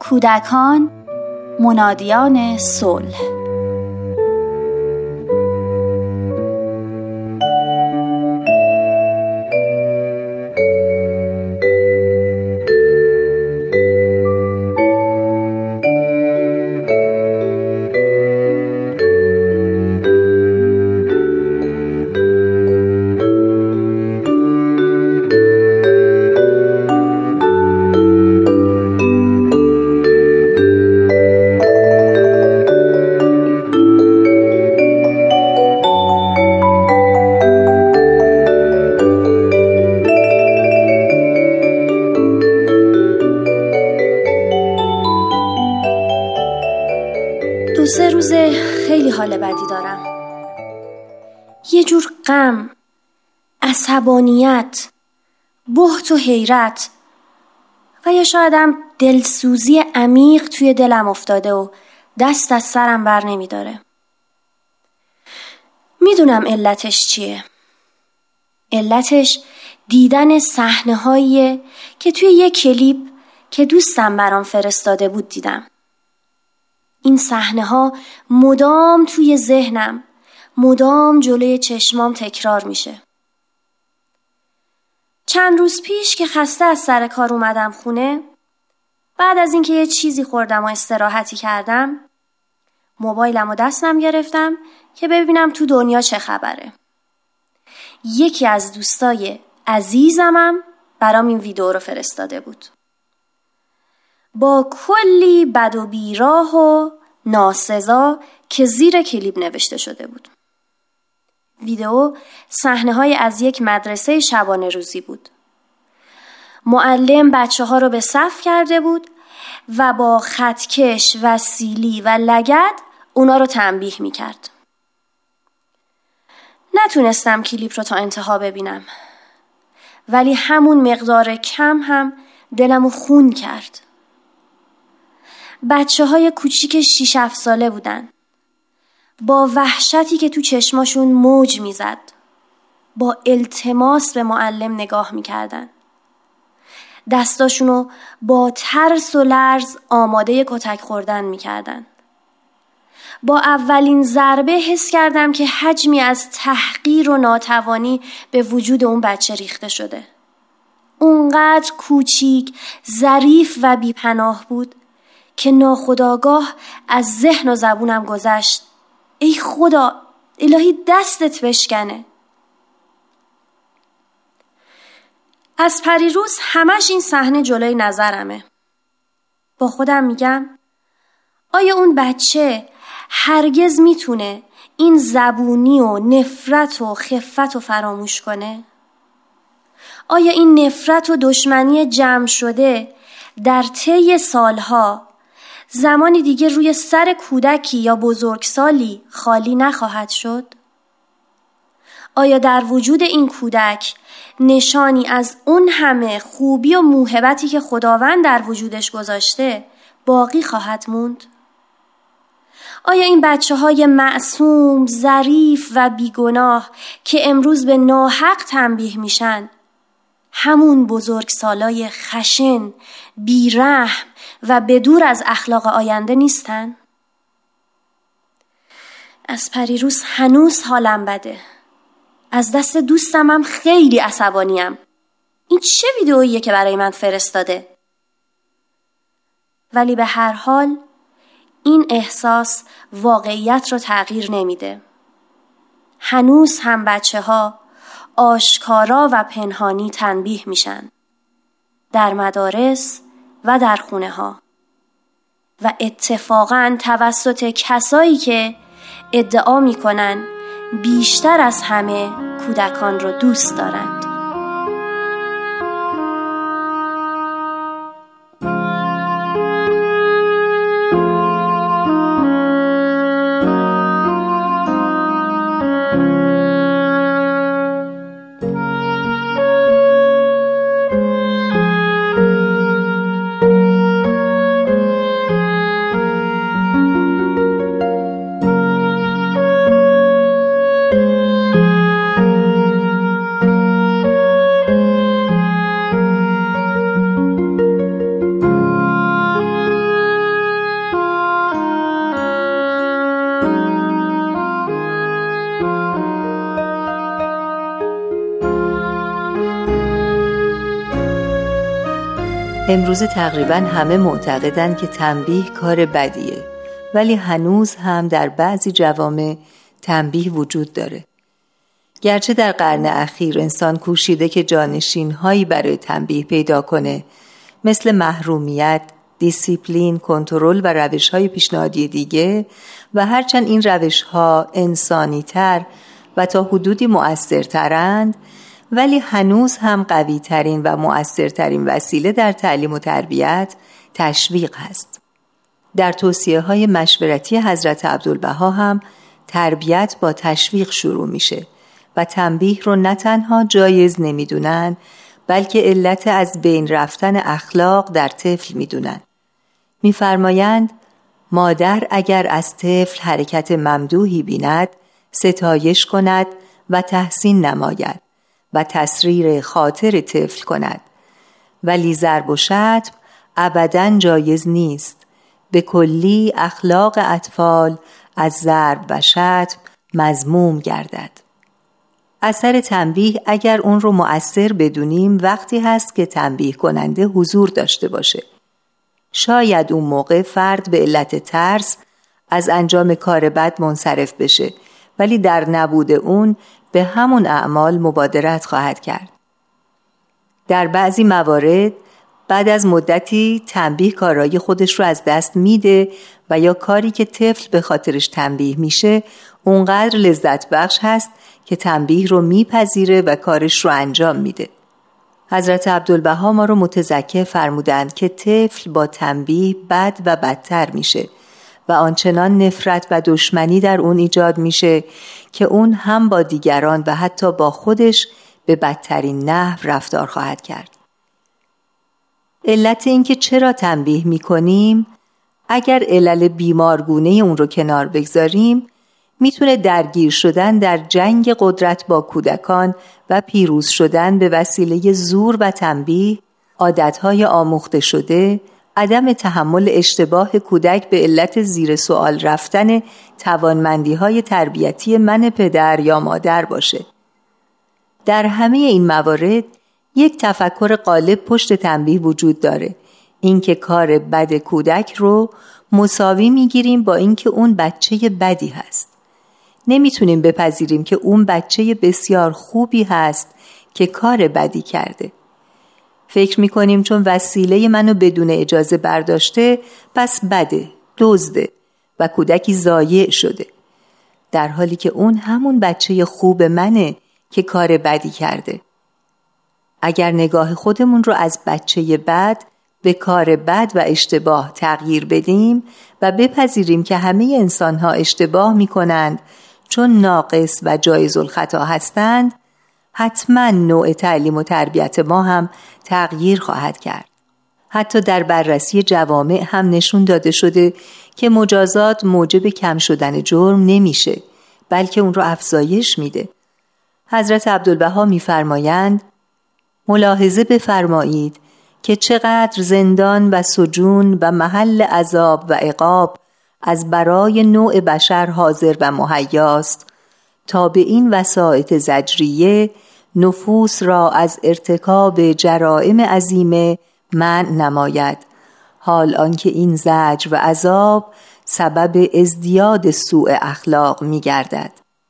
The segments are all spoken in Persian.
کودکان منادیان صلح. دو سه روزه خیلی حال بدی دارم. یه جور غم، عصبانیت، بهت و حیرت و یا شایدم دلسوزی عمیق توی دلم افتاده و دست از سرم بر نمی داره. میدونم علتش چیه. علتش دیدن صحنه‌هاییه که توی یه کلیپ که دوستم برام فرستاده بود دیدم. این صحنه‌ها مدام توی ذهنم، مدام جلوی چشمام تکرار میشه. چند روز پیش که خسته از سر کار اومدم خونه، بعد از اینکه یه چیزی خوردم و استراحتی کردم، موبایلم و دستم گرفتم که ببینم تو دنیا چه خبره. یکی از دوستای عزیزمم برام این ویدیو رو فرستاده بود. با کلی بد و بیراه و ناسزا که زیر کلیپ نوشته شده بود. ویدیو صحنه‌های از یک مدرسه شبانه روزی بود. معلم بچه‌ها رو به صف کرده بود و با خطکش و سیلی و لگد اونا رو تنبیه می‌کرد. نتونستم کلیپ رو تا انتها ببینم، ولی همون مقدار کم هم دلمو خون کرد. بچه‌های کوچیک 6-7 ساله بودن، با وحشتی که تو چشماشون موج میزد، با التماس به معلم نگاه میکردن. دستاشونو با ترس و لرز آماده کتک خوردن میکردن. با اولین ضربه حس کردم که حجمی از تحقیر و ناتوانی به وجود اون بچه ریخته شده. اونقدر کوچیک، ظریف و بیپناه بود که ناخودآگاه از ذهن و زبونم گذشت: ای خدا، الهی دستت بشکنه. از پریروز همش این صحنه جلوی نظرمه. با خودم میگم آیا اون بچه هرگز میتونه این زبونی و نفرت و خفت رو فراموش کنه؟ آیا این نفرت و دشمنی جمع شده در طی سالها زمانی دیگه روی سر کودکی یا بزرگسالی خالی نخواهد شد؟ آیا در وجود این کودک نشانی از اون همه خوبی و موهبتی که خداوند در وجودش گذاشته باقی خواهد موند؟ آیا این بچه‌های معصوم، ظریف و بیگناه که امروز به ناحق تنبیه میشن، همون بزرگسالای خشن، بیرحم و بدور از اخلاق آینده نیستن؟ از پریروز هنوز حالم بده. از دست دوستم هم خیلی عصبانیم. این چه ویدئوییه که برای من فرستاده؟ ولی به هر حال این احساس واقعیت رو تغییر نمیده. هنوز هم بچه‌ها آشکارا و پنهانی تنبیه میشن، در مدارس و در خونه ها، و اتفاقاً توسط کسایی که ادعا میکنن بیشتر از همه کودکان رو دوست دارند. امروز تقریباً همه معتقدن که تنبیه کار بدیه، ولی هنوز هم در بعضی جوامع تنبیه وجود داره. گرچه در قرن اخیر انسان کوشیده که جانشین‌هایی برای تنبیه پیدا کنه، مثل محرومیت، دیسیپلین، کنترل و روش‌های پیشنهادی دیگه، و هرچند این روش‌ها انسانی‌تر و تا حدودی مؤثرترند، ولی هنوز هم قوی‌ترین و مؤثرترین وسیله در تعلیم و تربیت تشویق هست. در توصیه‌های مشورتی حضرت عبدالبها هم تربیت با تشویق شروع میشه و تنبیه رو نه تنها جایز نمیدونن، بلکه علت از بین رفتن اخلاق در طفل میدونن. میفرمایند مادر اگر از طفل حرکت ممدوحی بیند، ستایش کند و تحسین نماید و تسریر خاطر طفل کند، ولی ضرب و شتم ابداً جایز نیست. به کلی اخلاق اطفال از ضرب و شتم مذموم گردد. اثر تنبیه اگر اون رو مؤثر بدونیم وقتی هست که تنبیه کننده حضور داشته باشه. شاید اون موقع فرد به علت ترس از انجام کار بد منصرف بشه، ولی در نبود اون به همون اعمال مبادرت خواهد کرد. در بعضی موارد بعد از مدتی تنبیه کارایی خودش رو از دست میده و یا کاری که طفل به خاطرش تنبیه میشه اونقدر لذت بخش هست که تنبیه رو میپذیره و کارش رو انجام میده. حضرت عبدالبها ما رو متذکر فرمودند که طفل با تنبیه بد و بدتر میشه و آنچنان نفرت و دشمنی در اون ایجاد میشه که اون هم با دیگران و حتی با خودش به بدترین نحو رفتار خواهد کرد. علت این که چرا تنبیه میکنیم، اگر علل بیمارگونه اون رو کنار بگذاریم، میتونه درگیر شدن در جنگ قدرت با کودکان و پیروز شدن به وسیله زور و تنبیه، عادتهای آموخته شده، عدم تحمل اشتباه کودک به علت زیر سوال رفتن توانمندی‌های تربیتی من پدر یا مادر باشه. در همه این موارد یک تفکر غالب پشت تنبیه وجود داره، اینکه کار بد کودک رو مساوی میگیریم با اینکه اون بچه بدی هست. نمیتونیم بپذیریم که اون بچه بسیار خوبی هست که کار بدی کرده. فکر میکنیم چون وسیله منو بدون اجازه برداشته پس بده، دزده و کودکی ضایع شده، در حالی که اون همون بچه خوب منه که کار بدی کرده. اگر نگاه خودمون رو از بچه بد به کار بد و اشتباه تغییر بدیم و بپذیریم که همه انسان‌ها اشتباه میکنند چون ناقص و جایز الخطا هستند، حتما نوع تعلیم و تربیت ما هم تغییر خواهد کرد. حتی در بررسی جوامع هم نشون داده شده که مجازات موجب کم شدن جرم نمیشه، بلکه اون رو افزایش میده. حضرت عبدالبها میفرمایند ملاحظه بفرمایید که چقدر زندان و سجون و محل عذاب و عقاب از برای نوع بشر حاضر و مهیاست تا به این وسائط زجریه نفوس را از ارتکاب جرائم عظیمه منع نماید، حال آنکه این زجر و عذاب سبب ازدیاد سوء اخلاق می گردد.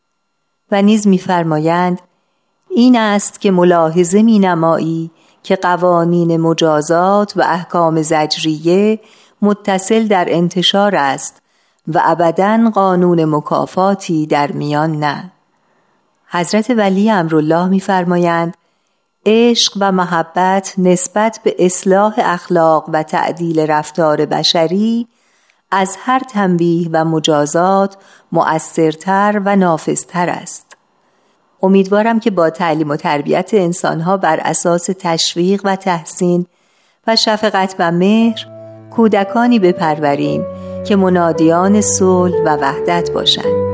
و نیز می فرمایند این است که ملاحظه می نمایی که قوانین مجازات و احکام زجریه متصل در انتشار است و ابداً قانون مکافاتی در میان نه. حضرت ولی امرالله می فرمایند عشق و محبت نسبت به اصلاح اخلاق و تعدیل رفتار بشری از هر تنبیه و مجازات مؤثرتر و نافذتر است. امیدوارم که با تعلیم و تربیت انسانها بر اساس تشویق و تحسین و شفقت و مهر کودکانی بپروریم که منادیان صلح و وحدت باشند.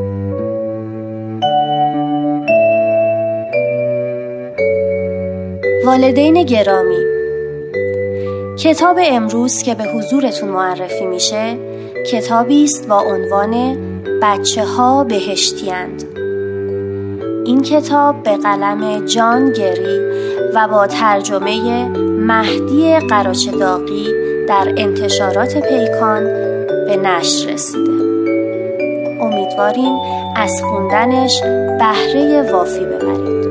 والدین گرامی، کتاب امروز که به حضورتون معرفی میشه کتابی است با عنوان بچه ها بهشتی‌اند. این کتاب به قلم جان گری و با ترجمه مهدی قراچه‌داغی در انتشارات پیکان به نشر رسیده. امیدواریم از خوندنش بهره وافی ببرید.